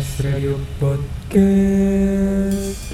Unas Radio Podcast.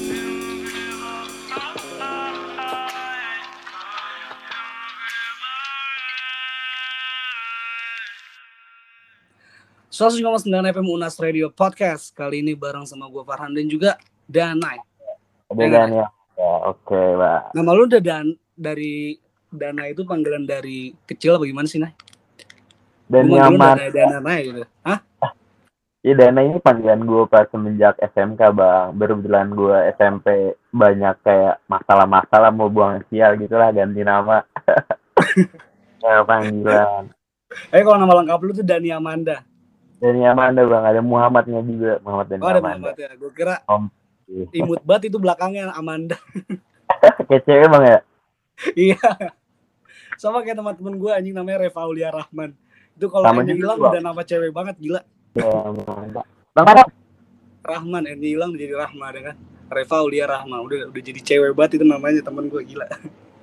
Soalnya 105,9 FM Unas Radio Podcast. Kali ini bareng sama gue Farhan dan juga Danai. Dan ya, oke, Pak. Nama lu udah dari Danai itu panggilan dari kecil apa gimana sih, Nay? Dan nyaman. Danai gitu. Hah? Iya, Dana ini panggilan gue pas semenjak SMK, Bang. Berkebetulan gue SMP banyak kayak masalah-masalah mau buang sial gitu lah, ganti nama. Ya, panggilan. Kalau nama lengkap lu tuh Dani Amanda. Dani Amanda, Bang. Ada Muhammadnya juga, Muhammad Dani ada Amanda. Muhammad ya. Gue kira imut banget itu belakangnya Amanda. Kayak cewek, Bang, ya? Iya. Sama kayak teman-teman gue anjing namanya Reva Aulia Rahman. Itu kalau N hilang udah nama cewek banget, gila. Ya, Bang ada Rahman, N hilang jadi Rahma ya kan. Reva Aulia Rahman udah jadi cewek banget itu namanya teman gue, gila.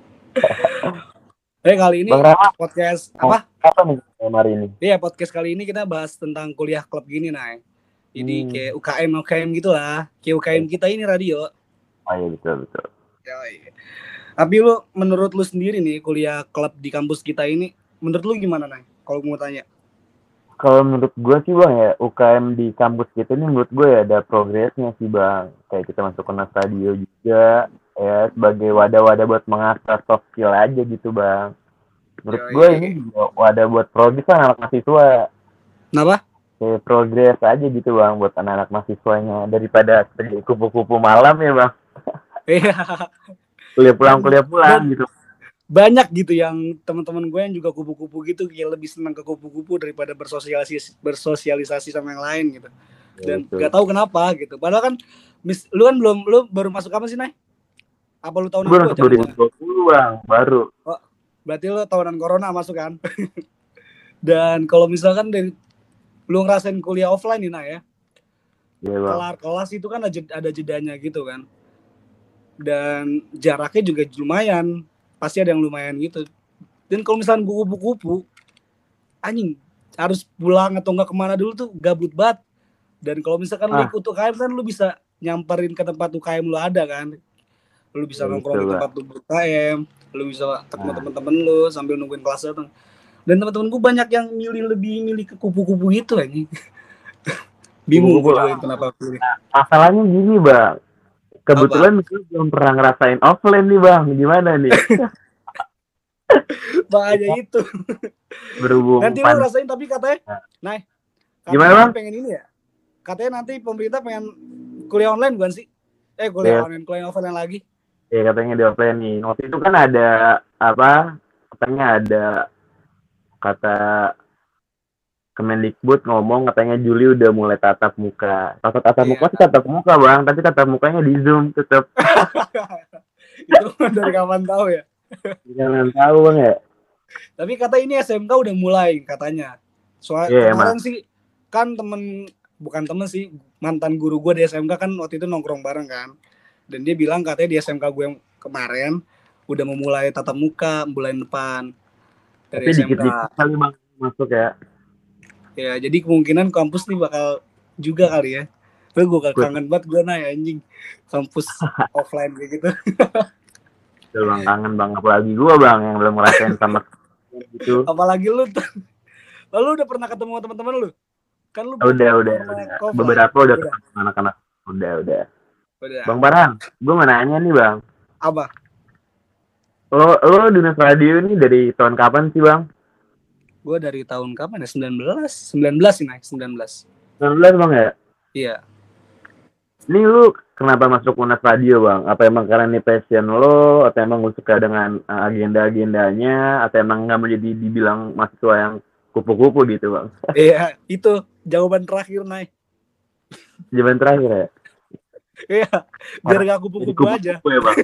Kali ini podcast apa nih hari ini? Iya, podcast kali ini kita bahas tentang kuliah klub gini, Nay. Jadi kayak UKM gitulah. Kayak UKM kita ini radio. Oh iya, betul. Iya. Tapi lu menurut lu sendiri nih kuliah klub di kampus kita ini menurut lu gimana, Nay? Kalau mau tanya. Kalau menurut gue sih, Bang, ya UKM di kampus kita ini menurut gue ya ada progresnya sih, Bang. Kayak kita masuk ke radio juga ya sebagai wadah-wadah buat mengasah soft skill aja gitu, Bang. Menurut gue ini juga wadah buat progres anak mahasiswa. Kenapa? Kayak progres aja gitu, Bang, buat anak-anak mahasiswanya daripada terjadi kupu-kupu malam ya, Bang. Iya. kuliah pulang gitu. Banyak gitu yang teman-teman gue yang juga kupu-kupu gitu, kayak lebih senang ke kupu-kupu daripada bersosialisasi sama yang lain gitu. Dan nggak tahu kenapa gitu. Padahal kan lu baru masuk apa sih, Nay? Apa lu tahun lalu? 2020, Bang, baru. Oh, berarti lu tahunan corona masuk kan? Dan kalau misalkan dari lu ngerasain kuliah offline nih, Nay, ya. Iya, Bang. Kelar kelas itu kan ada jedanya gitu kan. Dan jaraknya juga lumayan. Pasti ada yang lumayan gitu. Dan kalau misalkan gue kupu-kupu, anjing harus pulang atau nggak kemana dulu tuh gabut banget. Dan kalau misalkan lu ikut UKM kan lu bisa nyamperin ke tempat UKM lu ada kan. Lu bisa nongkrong di tempat UKM, lu bisa ketemu teman-teman lu sambil nungguin kelas datang. Dan teman-teman gue banyak yang milih ke kupu-kupu gitu anjing. Bingung gue juga kenapa pilih. Masalahnya gini, Bang. Kebetulan gue belum pernah ngerasain offline nih, Bang. Gimana nih? Makanya itu. Berhubung nanti lu rasain tapi katanya, Nay, gimana, Bang? Pengen ini ya? Katanya nanti pemerintah pengen kuliah online bukan sih? Kuliah offline lagi. Iya, katanya di offline nih. Waktu itu kan ada katanya ada kata Kemendikbud ngomong katanya Juli udah mulai tatap muka. Tatap muka sih tatap muka, Bang, tapi tatap mukanya di Zoom tetap. Itu dari kapan tahu ya? Jangan tahu, Bang, ya. Tapi kata ini SMK udah mulai katanya. Soalnya kemarin sih kan bukan temen sih, mantan guru gue di SMK kan waktu itu nongkrong bareng kan. Dan dia bilang katanya di SMK gue yang kemarin udah memulai tatap muka bulan depan. Dari tapi SMK. Dikit-dikit kali, Bang, masuk ya. Ya, jadi kemungkinan kampus nih bakal juga kali ya. Tapi gue kangen banget gue anjing kampus offline kayak gitu. Udah, Bang, kangen, Bang, apalagi gue, Bang, yang belum ngerasain sama gitu. Apalagi lu tuh. Lalu udah pernah ketemu teman-teman lu? Kan lu udah. Beberapa udah ketemu anak-anak. Udah. Bang Farhan, gue mau nanya nih, Bang. Apa? Lo di Unas Radio ini dari tahun kapan sih, Bang? Gue dari tahun kapan ya? 19 sih, Nay. 19, Bang, ya? Iya. Ini lu kenapa masuk Unas Radio, Bang? Apa emang karena ini passion lo? Atau emang lu suka dengan agenda-agendanya? Atau emang gak mau jadi dibilang mahasiswa yang kupu-kupu gitu, Bang? Iya, itu jawaban terakhir, Nay. Jawaban terakhir ya? Iya, biar gak kupu-kupu aja. Ya, Bang.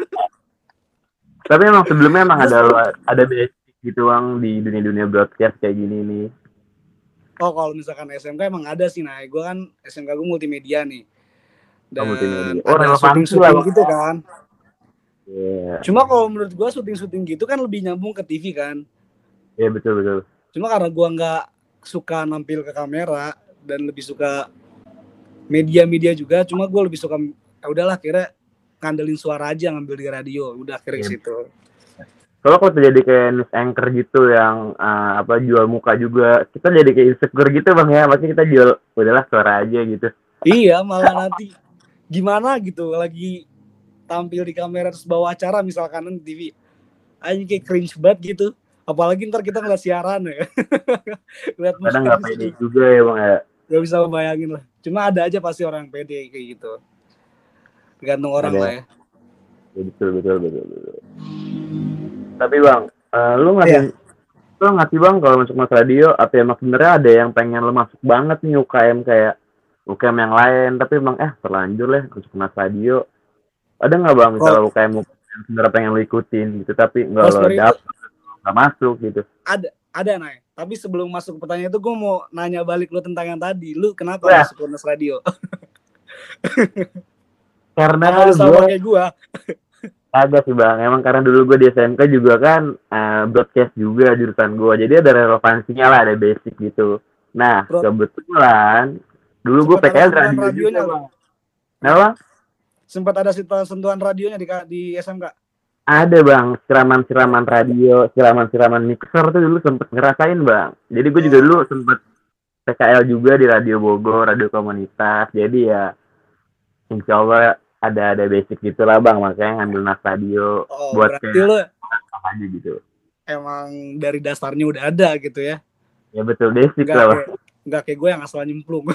Tapi emang sebelumnya emang ada basic gitu, Bang, di dunia broadcast kayak gini nih. Oh, kalau misalkan SMK emang ada sih, Nay. Gue kan SMK gue multimedia nih. Dan ada syuting gitu kan. Yeah. Cuma kalau menurut gue syuting gitu kan lebih nyambung ke TV kan. Iya, betul. Cuma karena gue nggak suka nampil ke kamera dan lebih suka media juga, cuma gue lebih suka ya udahlah kira ngandelin suara aja, ngambil di radio, udah akhirnya ke situ. Kalau terjadi kayak news anchor gitu yang jual muka juga, kita jadi kayak insecure gitu bang ya, pasti kita jual udahlah suara aja gitu. Iya, malah nanti gimana gitu lagi tampil di kamera terus bawa acara misalkan di TV, aja kayak cringe banget gitu. Apalagi ntar kita ngeliat siaran ya. Lihat Kadang muka nggak di pede situ. juga ya bang ya. Gak bisa membayangin lah. Cuma ada aja pasti orang pede kayak gitu. Tergantung orang lah ya. Ya, betul. Tapi bang, lu ngasih bang kalau masuk mas radio, atau emang sebenarnya ada yang pengen lu masuk banget nih UKM kayak UKM yang lain, tapi emang terlanjur lah masuk mas radio. Ada nggak bang misalnya UKM yang sebenarnya pengen lu ikutin gitu, tapi nggak lo dapet, nggak masuk gitu? Ada Nay. Tapi sebelum masuk pertanyaan itu gue mau nanya balik lu tentang yang tadi. Lu kenapa masuk Unnes Radio? Karena apa lu sama kayak gue? Agak sih bang, emang karena dulu gue di SMK juga kan broadcast juga jurusan gue, jadi ada relevansinya lah, ada basic gitu. Nah kebetulan dulu gue PKL radio juga bang. Kenapa? Sempat ada sentuhan radionya di SMK? Ada bang, siraman radio, siraman mixer tuh dulu sempet ngerasain bang. Jadi gue juga dulu sempet PKL juga di Radio Bogor, radio komunitas. Jadi ya insya Allah ada basic gitulah bang, makanya ngambil nas radio buat berarti lu apa aja gitu. Emang dari dasarnya udah ada gitu ya? Ya betul, basic lah bang. Nggak kayak gue yang asal nyemplung.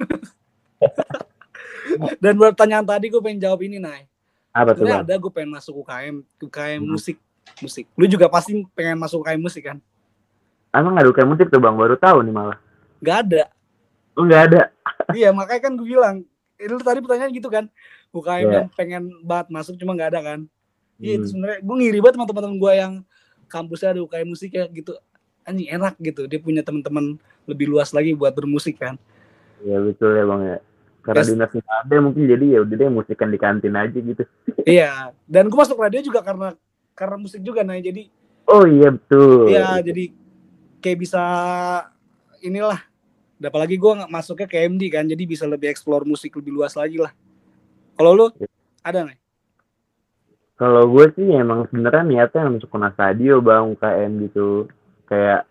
Dan buat pertanyaan tadi gue pengen jawab ini Nay. Apa tuh bang? Ada gue pengen masuk UKM musik. Lu juga pasti pengen masuk UKM musik kan? Emang ada UKM musik tuh bang, baru tahu nih malah. Nggak ada. Oh nggak ada. Iya makanya kan gue bilang, lu tadi pertanyaan gitu kan, UKM yang pengen banget masuk cuma nggak ada kan? Iya itu sebenarnya gue ngiri banget sama teman-teman gue yang kampusnya ada UKM musik ya gitu, anjing enak gitu, dia punya teman-teman lebih luas lagi buat bermusik kan? Iya betul ya bang ya, karena dinasnya ada mungkin jadi ya udah deh musikan di kantin aja gitu. Iya, dan gue masuk radio juga karena musik juga Nah jadi. Oh iya betul. Iya jadi kayak bisa inilah. Apalagi gue masuknya ke MD kan, jadi bisa lebih explore musik lebih luas lagi lah. Kalau lu ada nih? Kalau gue sih emang sebenarnya niatnya masuk Unnes Radio bang, UKM gitu, kayak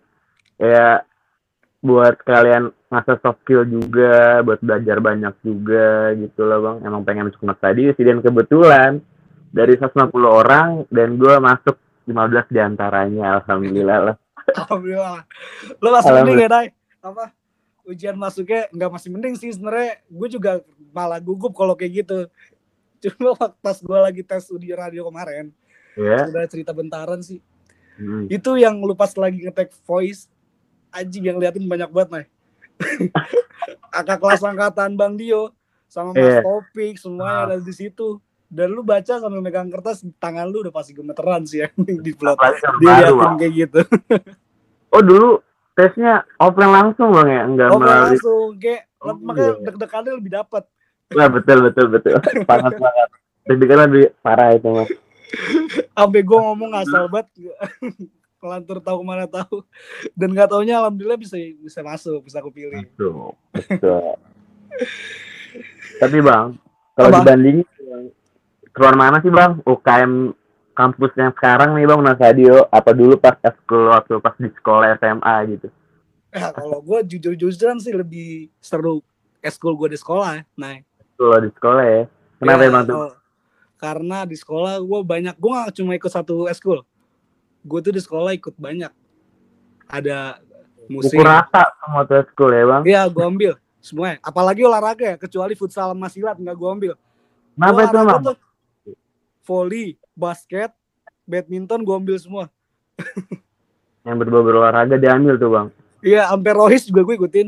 buat kalian ngasah soft skill juga, buat belajar banyak juga gitu loh bang. Emang pengen masuk Unnes Radio sih, dan kebetulan dari 150 orang dan gue masuk 15 diantaranya, alhamdulillah lah. Alhamdulillah. Lo masih mending ya Day? Apa? Ujian masuknya nggak masih mending sih sebenarnya. Gue juga malah gugup kalau kayak gitu. Cuma pas gue lagi tes di radio kemarin, udah cerita bentaran sih. Itu yang lu pas lagi nge-tag voice, anjing yang liatin banyak banget Nay. Kakak kelas angkatan Bang Dio sama Mas Topik semuanya ada di situ. Dan lu baca sambil megang kertas, tangan lu udah pasti gemeteran sih ya di plot. Diliatin kayak gitu. Oh dulu tesnya offline langsung bang ya? Enggak offline langsung, kayak makanya deg-degannya lebih dapat. Nah betul. Banget. Deg-degan lebih parah itu mas. Sampai gue ngomong asal banget. Kelantur tahu mana tahu. Dan nggak taunya alhamdulillah bisa masuk, bisa aku pilih. Betul. Tapi bang, kalau dibandingin keluar mana sih bang UKM kampus yang sekarang nih bang Unnes Radio, apa dulu pas eskul waktu pas di sekolah SMA gitu? Ya kalau gue jujur-jujuran sih lebih seru eskul gue di sekolah ya. Nah di sekolah ya, kenapa emang tuh? Karena di sekolah gue gak cuma ikut satu eskul, gue tuh di sekolah ikut banyak, ada musik. Buku rata semua tuh eskul ya bang? Iya gue ambil semuanya, apalagi olahraga ya, kecuali futsal sama silat nggak gue ambil. Kenapa itu bang? Volley, basket, badminton gue ambil semua. Yang berbau olahraga diambil tuh bang? Iya, sampai rohis juga gue ikutin.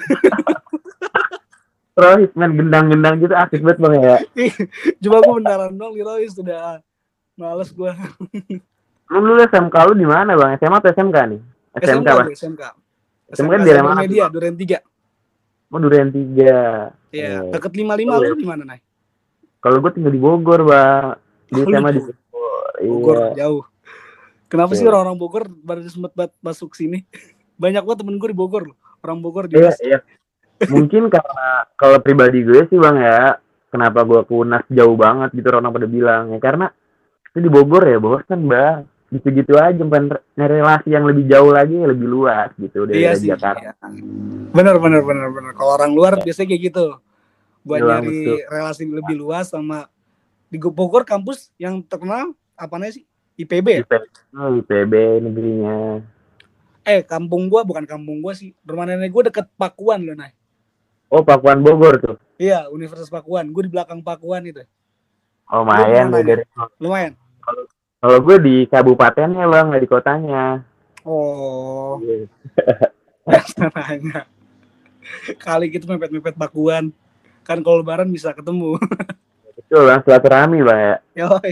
Rohis main gendang-gendang gitu aktif banget bang ya? Cuma gue beneran dong di rohis, udah males gue. Lu SMK lu di mana bang? SMA atau SMK nih? SMK. SMK di mana? Media, Duren 3. Oh Duren 3. Iya, deket 55 lu di mana Nay? Kalau gue tinggal di Bogor bang. Di SMA di Bogor jauh. Kenapa sih orang-orang Bogor baru sempat masuk sini? Banyak banget temen gue di Bogor loh. Orang Bogor juga. Iya. Mungkin karena kalau pribadi gue sih bang ya, kenapa gue ke UNAS jauh banget gitu orang pada bilang ya karena itu di Bogor ya, Bogor kan bang gitu-gitu aja bukan nyari relasi yang lebih jauh lagi lebih luas gitu Iya dari sih, Jakarta. iya. Bener. Kalau orang luar biasanya kayak gitu. Buat Iya bang betul. nyari relasi lebih luas sama di Bogor kampus yang terkenal apa namanya sih? IPB ya? IPB negerinya. Kampung gua bukan kampung gua sih. Rumah nenek gua deket Pakuan loh, Nay. Oh Pakuan Bogor tuh. Iya, Universitas Pakuan. Gua di belakang Pakuan itu. Oh Lu di lumayan gue mananya? dari Lumayan. kalau kalau gue di kabupatennya bang nggak di kotanya. Oh, Iya. biasanya. Kali gitu mepet-mepet Pakuan. Kan kalau lebaran bisa ketemu. Betul bang silaturahmi bang ya. Yoi.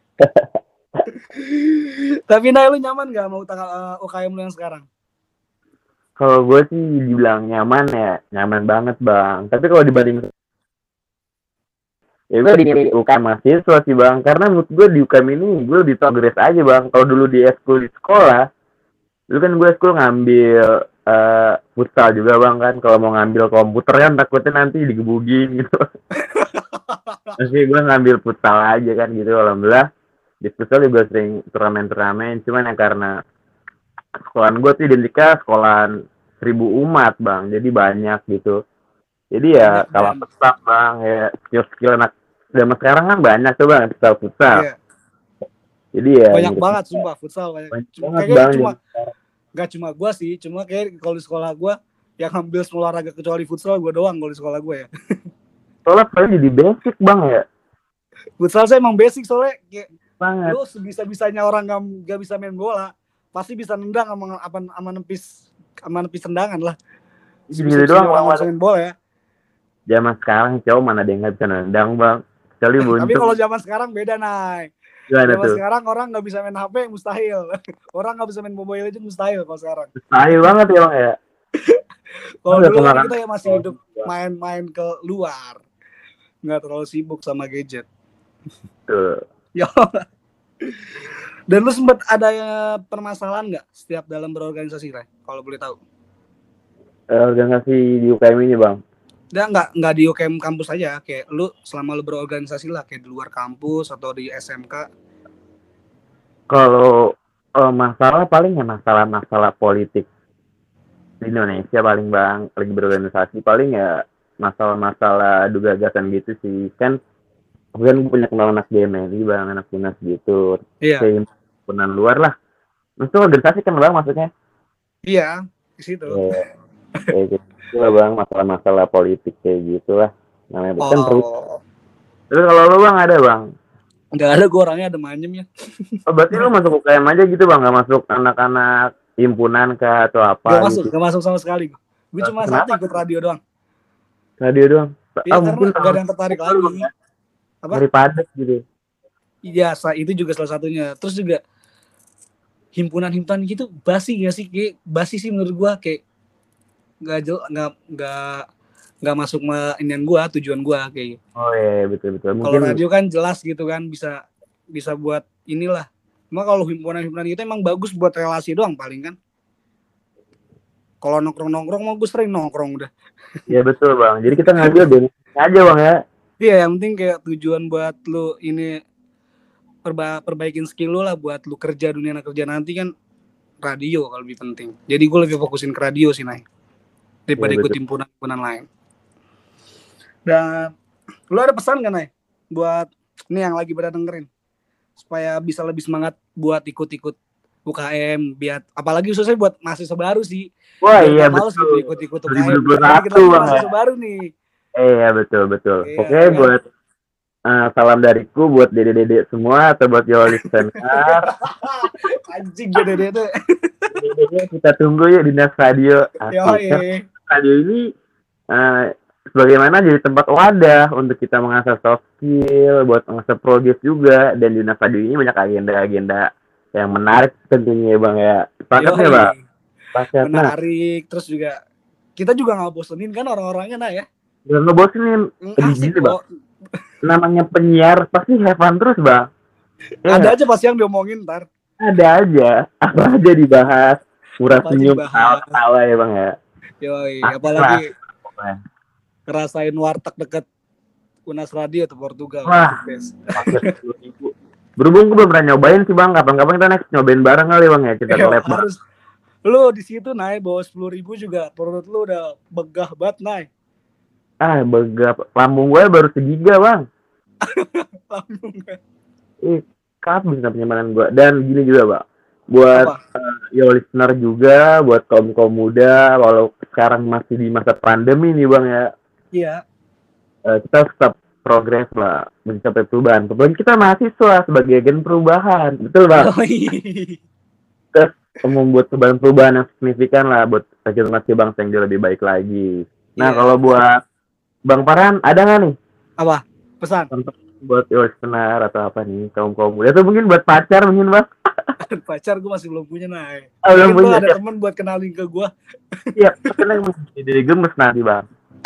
Tapi Nay, lu nyaman gak mau UKM lu yang sekarang? Kalau gue sih dibilang nyaman ya nyaman banget bang. Tapi kalau dibanding ya gue di UKM mahasiswa sih bang karena menurut gue di UKM ini gue lebih progres aja bang. Kalau dulu di eskul di sekolah dulu kan gue eskul ngambil futsal juga bang kan kalau mau ngambil komputer kan takutnya nanti digebugin gitu. Tapi gue ngambil futsal aja kan gitu alhamdulillah di futsal juga sering turnamen cuman yang karena sekolahan gue tuh identiknya sekolahan 1.000 umat bang jadi banyak gitu jadi ya Banyak kalau dan tetap bang ya skill anak zaman sekarang kan banyak tuh bang futsal iya, jadi ya banyak menurut banget sumpah futsal banyak. banyak banget Kayaknya bang cuma gak cuma gua sih, cuma kayak kalau di sekolah gua yang ambil semua olahraga kecuali futsal gua doang kalau di sekolah gua ya. soalnya paling jadi basic bang ya Futsal saya emang basic soalnya kayak banget lu sebisa-bisanya orang gak bisa main bola, pasti bisa nendang sama nepis tendangan lah. gitu gitu Sebisa-bisanya doang orang bang gak bisa main bola ya. zaman sekarang cowok mana ada yang nggak bisa nendang bang kecuali Tapi buntung kalau zaman sekarang beda, Nay. gimana Zaman tuh sekarang orang nggak bisa main HP mustahil. Orang nggak bisa main Mobile Legends mustahil kalau sekarang. ayo banget ya bang ya Kalau udah dulu kan kemakan kita ya masih hidup main-main ke luar, nggak terlalu sibuk sama gadget. tuh Ya. Dan lu sempat ada permasalahan nggak setiap dalam berorganisasi, Ray? Kalau boleh tahu. organisasi di UKM ini bang Dan nggak di UKM kampus aja, kayak lu selama lu berorganisasi lah, kayak di luar kampus atau di SMK. kalau masalah paling ya masalah politik di Indonesia paling bang lagi berorganisasi paling ya masalah-masalah adu gagasan gitu sih kan punya kenal anak GMI bang anak dinas gitu Iya. himpunan luar lah itu organisasi kan bang maksudnya Iya, di situ. kayak gitu lah bang masalah-masalah politik kayak gitu lah namanya kan terus terus kalau lu bang ada bang Nggak ada, gue orangnya ada manyem ya. oh, berarti lu masuk UKM aja gitu bang nggak masuk anak-anak himpunan kah atau apa gitu Gak masuk sama sekali. Gue cuma kenapa satu ikut radio doang. radio doang Iya, karena mungkin gak ada yang tertarik lagi. Apa? dari padat gitu Iya, itu juga salah satunya. Terus juga himpunan gitu basi gak sih? Kayak basi sih menurut gue, kayak nggak masuk inian gue, tujuan gue kayak. oh iya betul Kalau radio kan jelas gitu kan, bisa buat inilah. Cuma kalau himpunan itu emang bagus buat relasi doang paling kan. Kalau nongkrong mau gue sering nongkrong udah. Iya betul bang. Jadi kita ngambil benefit aja bang ya. Iya, yang penting kayak tujuan buat lu ini perbaikin skill lu lah buat lu kerja dunia kerja nanti kan radio kalau lebih penting. Jadi gue lebih fokusin ke radio sih, Nay, daripada ikut himpunan lain. Dan lu ada pesan gak, Nay, buat ini yang lagi pada dengerin supaya bisa lebih semangat buat ikut-ikut UKM, biar apalagi khususnya buat mahasiswa baru sih. Wah biar iya betul. Ikut UKM. 2021 bang mahasiswa baru nih. Iya betul. Iya, Pokoknya kan? Buat salam dariku buat dede-dede semua atau buat your listener. Anjing dede-dede. Kita tunggu ya di Dinas Radio. Radio ini bagaimana jadi tempat wadah untuk kita mengasah soft skill, buat mengasah progres juga, dan di Dinas Radio ini banyak agenda-agenda yang menarik tentunya bang ya. Paketnya bang. Menarik, terus juga kita juga nggak bosenin kan orang-orangnya, Nah ya. Gak ngebosenin. Asik bang. Namanya penyiar pasti have fun terus bang. Ya, ada aja pasti yang diomongin ntar. Ada aja, apa aja dibahas, murah senyum, tawa ya bang ya. Yoi, apalagi Ngerasain warteg deket Unas Radio atau Portugal. Wah, Best. paket 10.000. Berhubung gue belum pernah nyobain sih bang, kapan-kapan kita next nyobain bareng kali bang ya, kita collab bang. Harus. Lu di situ naik bawa 10.000 juga, perut lu udah begah banget naik. Begap, lambung gue baru segiga bang. Lambung. Kabis penyimpanan gue. Dan gini juga bang, buat listener juga, buat kaum muda, walau sekarang masih di masa pandemi nih bang ya. Iya. Kita tetap progres lah mencapai perubahan. Kebetulan kita mahasiswa sebagai agen perubahan, betul bang? Kita membuat perubahan yang signifikan lah buat generasi bangsa yang jauh lebih baik lagi. Nah kalau buat Bang Farhan ada nggak nih? Apa? Pesan? Buat listener atau apa nih kaum muda? Atau mungkin buat pacar mungkin bang? Pacar gue masih belum punya Nay. Belum punya. Ada teman buat kenalin ke gue. Iya, karena jadi gemes nanti bang.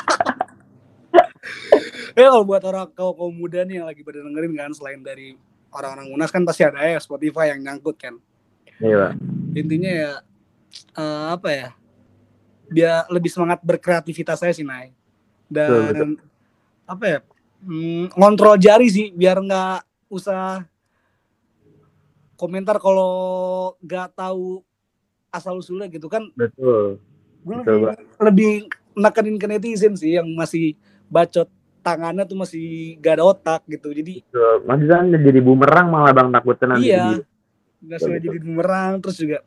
Kalau buat orang kaum muda nih yang lagi pada dengerin kan, selain dari orang-orang Unas kan pasti ada ya Spotify yang nyangkut kan. Iya. Intinya ya apa ya? Biar lebih semangat berkreativitas saya sih Nay. Dan betul. Apa ya? Ngontrol jari sih biar nggak usah komentar kalau nggak tahu asal usulnya gitu kan. Betul. Gue lebih nekanin ke netizen sih yang masih bacot, tangannya tuh masih gak ada otak gitu. Jadi masih kan jadi bumerang malah bang, takutnya nanti. Iya. Nggak sudah jadi bumerang. Terus juga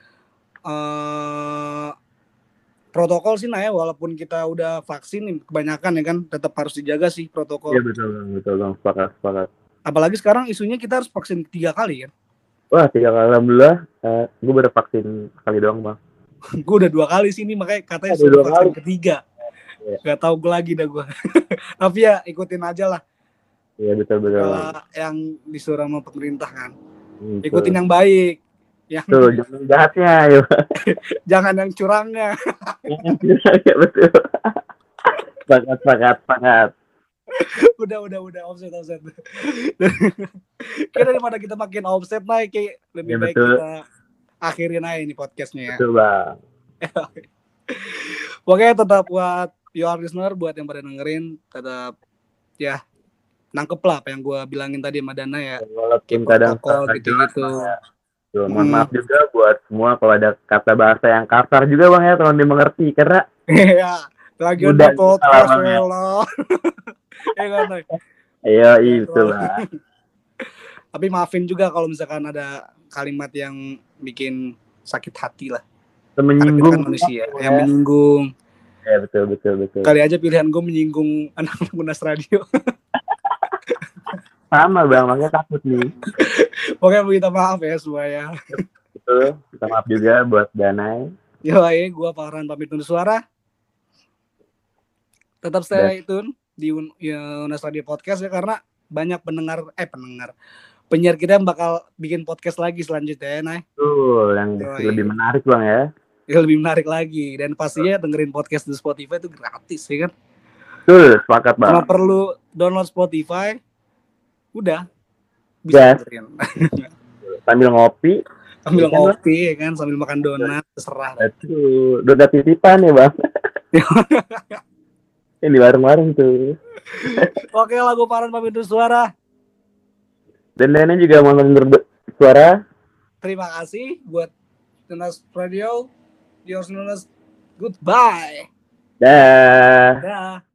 protokol sih Nay, walaupun kita udah vaksin nih, kebanyakan ya kan tetap harus dijaga sih protokol. Iya betul bang, sepakat. Apalagi sekarang isunya kita harus vaksin 3 kali kan. Wah 3 kali, alhamdulillah. Gue baru vaksin sekali doang bang. Gue udah 2 kali sih ini, makanya katanya sudah vaksin ketiga. Gak tau gue lagi dah gue. Tapi ya ikutin aja lah. Iya betul. Yang disuruh sama pemerintah kan. Ikutin yang baik. Tuh, jangan jahatnya ayo. Jangan yang curangnya. Betul. Sepakat. Udah offset. Kayak daripada kita makin offset naik, kayak lebih baik betul. Kita akhirin aja ini podcastnya ya. Betul bang. Pokoknya tetap buat your listener, buat yang pada dengerin, tetap ya nangkep lah apa yang gue bilangin tadi sama Dana ya. Walaupun kadang gitu. Mohon maaf juga buat semua kalau ada kata bahasa yang kasar juga bang ya, tolong dimengerti karena lagi ada podcast lo. Iya itu lah. Tapi maafin juga kalau misalkan ada kalimat yang bikin sakit hati lah. Menyinggung kan manusia yang menyinggung. Ya betul. Kali aja pilihan gue menyinggung anak Unas Radio. Sama bang, makanya takut nih. Pokoknya minta maaf ya semuanya. Betul, minta maaf juga buat Danai. Yoi, gue Farhan pamit undur suara. Tetap stay tune di Unas Radio Podcast ya, karena banyak penyiar kita yang bakal bikin podcast lagi selanjutnya ya, Nay. Betul, yang lebih menarik bang ya. Lebih menarik lagi, dan pastinya dengerin podcast di Spotify itu gratis ya kan. Betul, sepakat bang. Cuma perlu download Spotify, udah bisa dengerin. Sambil ngopi ya kan, sambil makan donat, terserah. Betul, donat titipan ya bang. Yang di warung-warung tuh. Oke, lagu Farhan pamit undur suara. Dan Dana juga mau bersuara. Terima kasih buat Unas Radio. Yours Unas. Goodbye. Dah.